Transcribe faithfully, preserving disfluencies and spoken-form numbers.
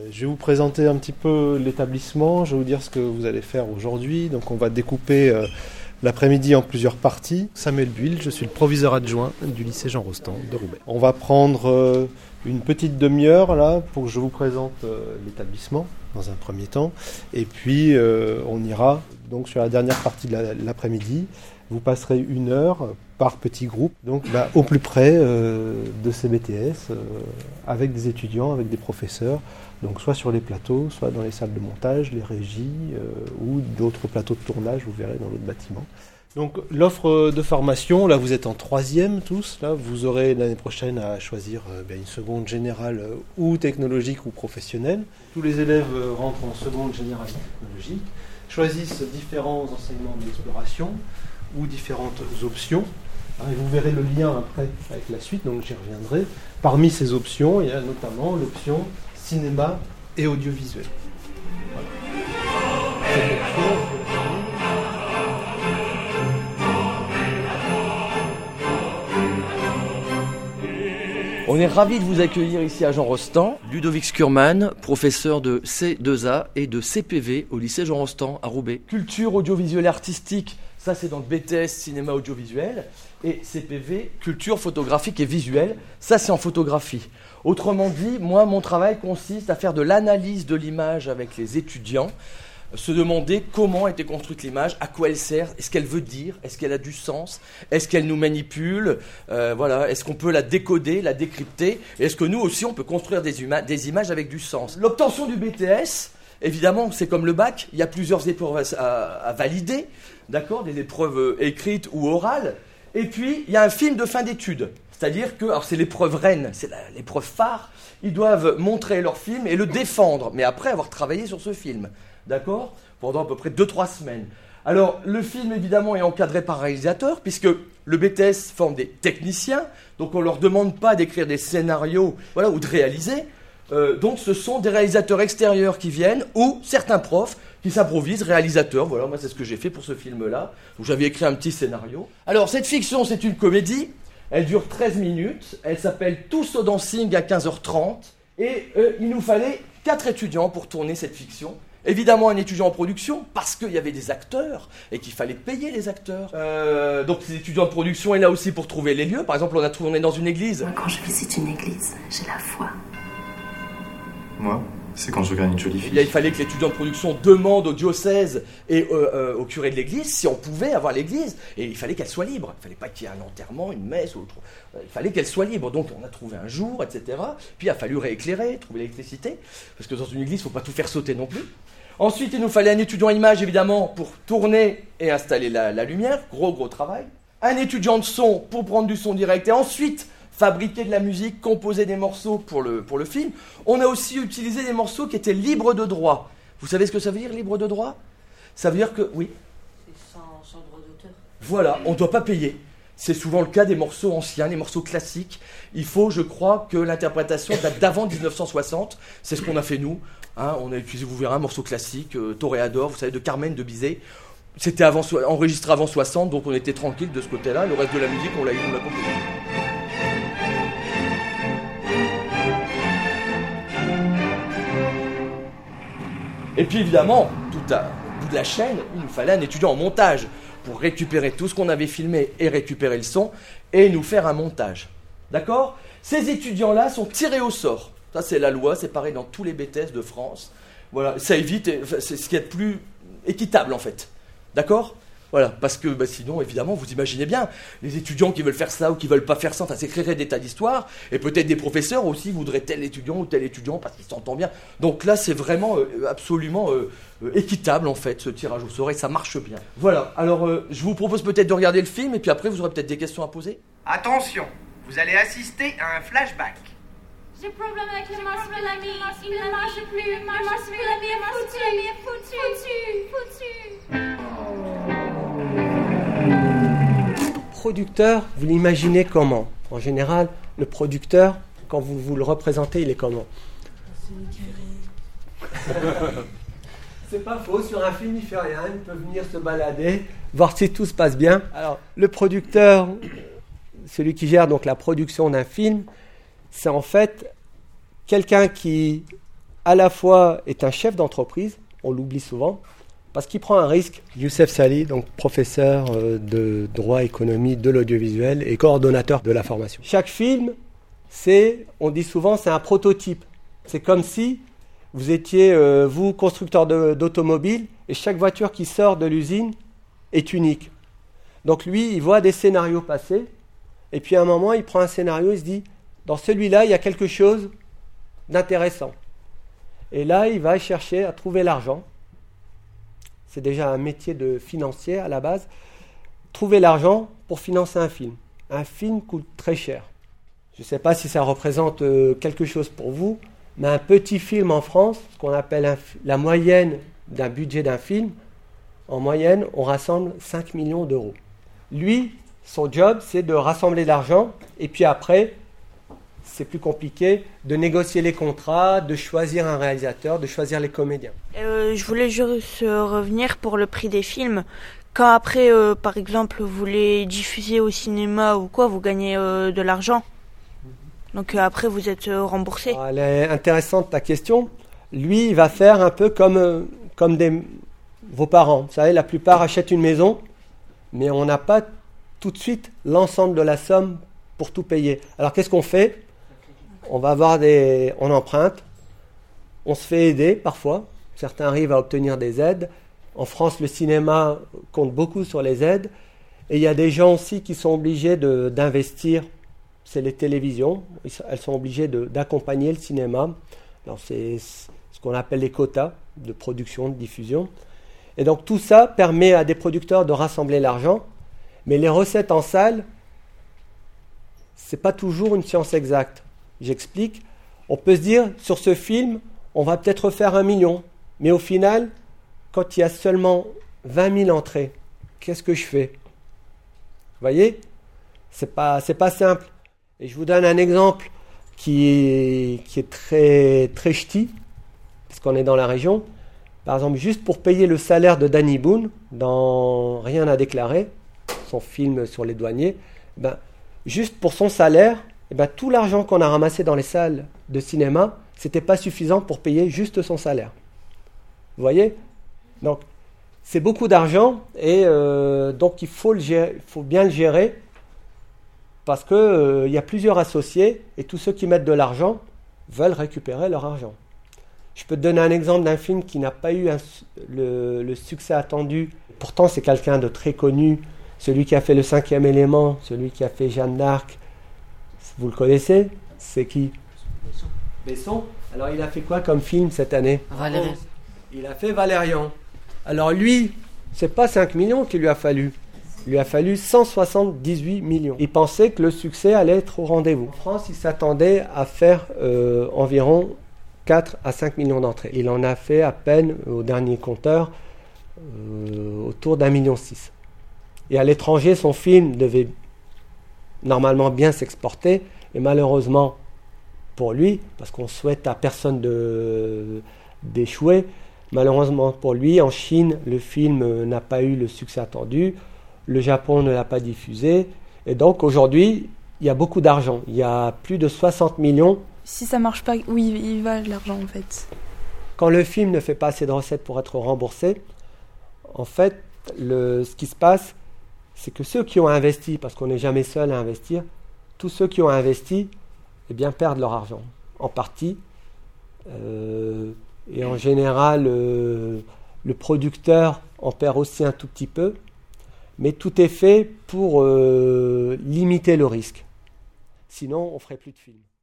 Je vais vous présenter un petit peu l'établissement, je vais vous dire ce que vous allez faire aujourd'hui. Donc on va découper euh, l'après-midi en plusieurs parties. Samuel Buil, je suis le proviseur adjoint du lycée Jean Rostand de Roubaix. On va prendre euh, une petite demi-heure là pour que je vous présente euh, l'établissement dans un premier temps. Et puis euh, on ira donc sur la dernière partie de la, l'après-midi. Vous passerez une heure par petit groupe, donc bah, au plus près euh, de ces B T S, euh, avec des étudiants, avec des professeurs, donc soit sur les plateaux, soit dans les salles de montage, les régies, euh, ou d'autres plateaux de tournage, vous verrez dans l'autre bâtiment. Donc l'offre de formation, là vous êtes en troisième tous, là vous aurez l'année prochaine à choisir euh, bien, une seconde générale euh, ou technologique ou professionnelle. Tous les élèves euh, rentrent en seconde générale technologique, choisissent différents enseignements d'exploration, ou différentes options. Et vous verrez le lien après avec la suite, donc j'y reviendrai. Parmi ces options, il y a notamment l'option cinéma et audiovisuel. Voilà. Cette option, On est ravis de vous accueillir ici à Jean Rostand. Ludovic Skurman, professeur de C deux A et de C P V au lycée Jean Rostand à Roubaix. Culture audiovisuelle et artistique, ça c'est dans le B T S cinéma audiovisuel. Et C P V, culture photographique et visuelle, ça c'est en photographie. Autrement dit, moi mon travail consiste à faire de l'analyse de l'image avec les étudiants, se demander comment a été construite l'image, à quoi elle sert, est-ce qu'elle veut dire, est-ce qu'elle a du sens, est-ce qu'elle nous manipule, euh, voilà, est-ce qu'on peut la décoder, la décrypter, et est-ce que nous aussi on peut construire des, huma- des images avec du sens. L'obtention du B T S, évidemment, c'est comme le bac, il y a plusieurs épreuves à, à, à valider, d'accord, des épreuves écrites ou orales, et puis il y a un film de fin d'études, c'est-à-dire que, alors c'est l'épreuve reine, c'est la, l'épreuve phare, ils doivent montrer leur film et le défendre, mais après avoir travaillé sur ce film. D'accord ? Pendant à peu près deux à trois semaines. Alors, le film, évidemment, est encadré par un réalisateur, puisque le B T S forme des techniciens, donc on ne leur demande pas d'écrire des scénarios voilà, ou de réaliser. Euh, donc, ce sont des réalisateurs extérieurs qui viennent, ou certains profs qui s'improvisent réalisateurs. Voilà, moi, c'est ce que j'ai fait pour ce film-là, où j'avais écrit un petit scénario. Alors, cette fiction, c'est une comédie. Elle dure treize minutes. Elle s'appelle Tous au dancing à quinze heures trente. Et euh, il nous fallait quatre étudiants pour tourner cette fiction. Évidemment, un étudiant en production, parce qu'il y avait des acteurs et qu'il fallait payer les acteurs. Euh, donc, ces étudiants de production est là aussi pour trouver les lieux. Par exemple, on a tourné dans une église. Moi, quand je visite une église, j'ai la foi. Moi, c'est quand je regarde une jolie fille. Et bien, il fallait que l'étudiant de production demande au diocèse et euh, euh, au curé de l'église si on pouvait avoir l'église. Et il fallait qu'elle soit libre. Il ne fallait pas qu'il y ait un enterrement, une messe ou autre. Il fallait qu'elle soit libre. Donc, on a trouvé un jour, et cetera. Puis, il a fallu rééclairer, trouver l'électricité. Parce que dans une église, il ne faut pas tout faire sauter non plus. Ensuite, il nous fallait un étudiant image, évidemment, pour tourner et installer la, la lumière. Gros, gros travail. Un étudiant de son pour prendre du son direct. Et ensuite, fabriquer de la musique, composer des morceaux pour le, pour le film. On a aussi utilisé des morceaux qui étaient libres de droit. Vous savez ce que ça veut dire, libre de droit ? Ça veut dire que... Oui ? C'est sans, sans droit d'auteur. Voilà, on ne doit pas payer. C'est souvent le cas des morceaux anciens, des morceaux classiques. Il faut, je crois, que l'interprétation date d'avant dix-neuf cent soixante. C'est ce qu'on a fait nous. Hein, on a utilisé, vous verrez, un morceau classique, euh, Toréador, vous savez, de Carmen de Bizet. C'était avant, enregistré avant soixante, donc on était tranquille de ce côté-là. Le reste de la musique, on l'a, on l'a composé. Et puis évidemment, tout à bout de la chaîne, il nous fallait un étudiant en montage pour récupérer tout ce qu'on avait filmé et récupérer le son et nous faire un montage. D'accord ? Ces étudiants-là sont tirés au sort. Ça, c'est la loi, c'est pareil dans tous les B T S de France. Voilà, ça évite, c'est ce qui est le plus équitable en fait. D'accord ? Voilà, parce que bah, sinon, évidemment, vous imaginez bien, les étudiants qui veulent faire ça ou qui veulent pas faire ça, enfin, ça créerait des tas d'histoires, et peut-être des professeurs aussi voudraient tel étudiant ou tel étudiant parce qu'ils s'entendent bien. Donc là, c'est vraiment euh, absolument euh, euh, équitable, en fait, ce tirage au sort, et ça marche bien. Voilà, alors euh, je vous propose peut-être de regarder le film, et puis après, vous aurez peut-être des questions à poser. Attention, vous allez assister à un flashback. J'ai problème avec le marsupilami, il ne marche plus, le marsupilami est foutu, foutu, foutu, foutu. Producteur, vous l'imaginez comment ? En général, le producteur, quand vous, vous le représentez, il est comment ? C'est pas faux, sur un film, il fait rien, il peut venir se balader, voir si tout se passe bien. Alors, le producteur, celui qui gère donc la production d'un film, c'est en fait quelqu'un qui à la fois est un chef d'entreprise, on l'oublie souvent, parce qu'il prend un risque. Youssef Sali, donc professeur de droit économie de l'audiovisuel et coordonnateur de la formation. Chaque film, c'est, on dit souvent, c'est un prototype. C'est comme si vous étiez, euh, vous, constructeur de, d'automobile, et chaque voiture qui sort de l'usine est unique. Donc lui, il voit des scénarios passer, et puis à un moment, il prend un scénario, il se dit, dans celui-là, il y a quelque chose d'intéressant. Et là, il va chercher à trouver l'argent. C'est déjà un métier de financier à la base. Trouver l'argent pour financer un film. Un film coûte très cher. Je ne sais pas si ça représente euh, quelque chose pour vous, mais un petit film en France, ce qu'on appelle un, la moyenne d'un budget d'un film, en moyenne, on rassemble cinq millions d'euros. Lui, son job, c'est de rassembler l'argent, et puis après, c'est plus compliqué de négocier les contrats, de choisir un réalisateur, de choisir les comédiens. Euh, je voulais juste revenir pour le prix des films. Quand après, euh, par exemple, vous les diffusez au cinéma ou quoi, vous gagnez euh, de l'argent. Donc euh, après, vous êtes euh, remboursé. Alors, elle est intéressante ta question. Lui, il va faire un peu comme, euh, comme des, vos parents. Vous savez, la plupart achètent une maison, mais on n'a pas tout de suite l'ensemble de la somme pour tout payer. Alors qu'est-ce qu'on fait ? On va avoir des, on emprunte, on se fait aider parfois. Certains arrivent à obtenir des aides. En France, le cinéma compte beaucoup sur les aides. Et il y a des gens aussi qui sont obligés de, d'investir. C'est les télévisions. Elles sont obligées de, d'accompagner le cinéma. Alors c'est ce qu'on appelle les quotas de production, de diffusion. Et donc tout ça permet à des producteurs de rassembler l'argent. Mais les recettes en salle, c'est pas toujours une science exacte. J'explique. On peut se dire, sur ce film, on va peut-être faire un million. Mais au final, quand il y a seulement vingt mille entrées, qu'est-ce que je fais ? Vous voyez ? C'est pas, c'est pas simple. Et je vous donne un exemple qui est, qui est très, très ch'ti, parce qu'on est dans la région. Par exemple, juste pour payer le salaire de Danny Boone, dans Rien à déclarer, son film sur les douaniers, ben, juste pour son salaire, eh ben, tout l'argent qu'on a ramassé dans les salles de cinéma, c'était pas suffisant pour payer juste son salaire. Vous voyez ? Donc, c'est beaucoup d'argent et euh, donc il faut, le gérer, il faut bien le gérer parce qu'il euh, y a plusieurs associés et tous ceux qui mettent de l'argent veulent récupérer leur argent. Je peux te donner un exemple d'un film qui n'a pas eu un, le, le succès attendu. Pourtant, c'est quelqu'un de très connu, celui qui a fait Le Cinquième Élément, celui qui a fait Jeanne d'Arc. Vous le connaissez ? C'est qui ? Besson. Besson. Alors, il a fait quoi comme film cette année ? Valérian. Il a fait Valérian. Alors lui, c'est pas cinq millions qu'il lui a fallu. Il lui a fallu cent soixante-dix-huit millions. Il pensait que le succès allait être au rendez-vous. En France, il s'attendait à faire euh, environ quatre à cinq millions d'entrées. Il en a fait à peine, au dernier compteur, euh, autour d'un million six. Et à l'étranger, son film devait normalement bien s'exporter. Et malheureusement, pour lui, parce qu'on souhaite à personne de, d'échouer, malheureusement pour lui, en Chine, le film n'a pas eu le succès attendu. Le Japon ne l'a pas diffusé. Et donc aujourd'hui, il y a beaucoup d'argent. Il y a plus de soixante millions. Si ça marche pas, où il, il va l'argent en fait ? Quand le film ne fait pas assez de recettes pour être remboursé, en fait, le, ce qui se passe, c'est que ceux qui ont investi, parce qu'on n'est jamais seul à investir, tous ceux qui ont investi, eh bien, perdent leur argent, en partie. Euh, et en général, euh, le producteur en perd aussi un tout petit peu. Mais tout est fait pour euh, limiter le risque. Sinon, on ne ferait plus de films.